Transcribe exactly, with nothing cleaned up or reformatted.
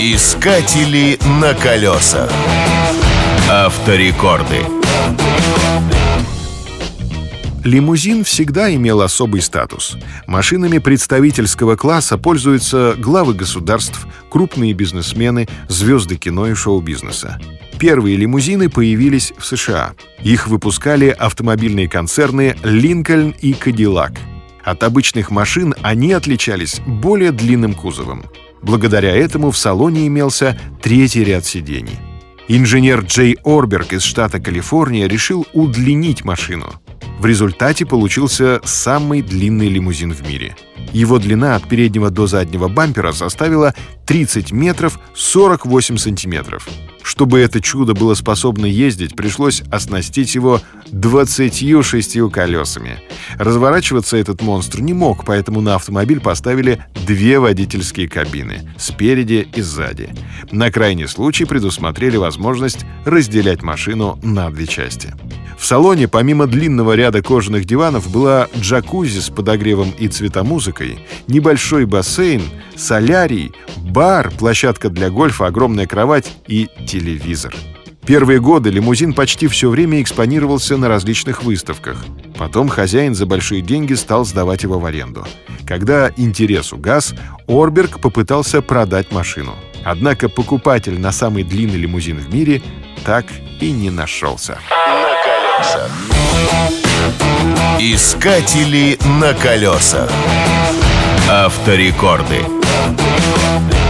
Искатели на колесах. Авторекорды. Лимузин всегда имел особый статус. Машинами представительского класса пользуются главы государств, крупные бизнесмены, звезды кино и шоу-бизнеса. Первые лимузины появились в США. Их выпускали автомобильные концерны «Линкольн» и «Кадиллак». От обычных машин они отличались более длинным кузовом. Благодаря этому в салоне имелся третий ряд сидений. Инженер Джей Орберг из штата Калифорния решил удлинить машину. В результате получился самый длинный лимузин в мире. Его длина от переднего до заднего бампера составила тридцать метров сорок восемь сантиметров. Чтобы это чудо было способно ездить, пришлось оснастить его двадцатью шестью колесами. Разворачиваться этот монстр не мог, поэтому на автомобиль поставили две водительские кабины — спереди и сзади. На крайний случай предусмотрели возможность разделять машину на две части. В салоне помимо длинного ряда кожаных диванов была джакузи с подогревом и цветомузыкой, небольшой бассейн, солярий, бар, площадка для гольфа, огромная кровать и телевизор. Первые годы лимузин почти все время экспонировался на различных выставках. Потом хозяин за большие деньги стал сдавать его в аренду. Когда интерес угас, Орберг попытался продать машину. Однако покупатель на самый длинный лимузин в мире так и не нашелся. Искатели на колесах. Авторекорды.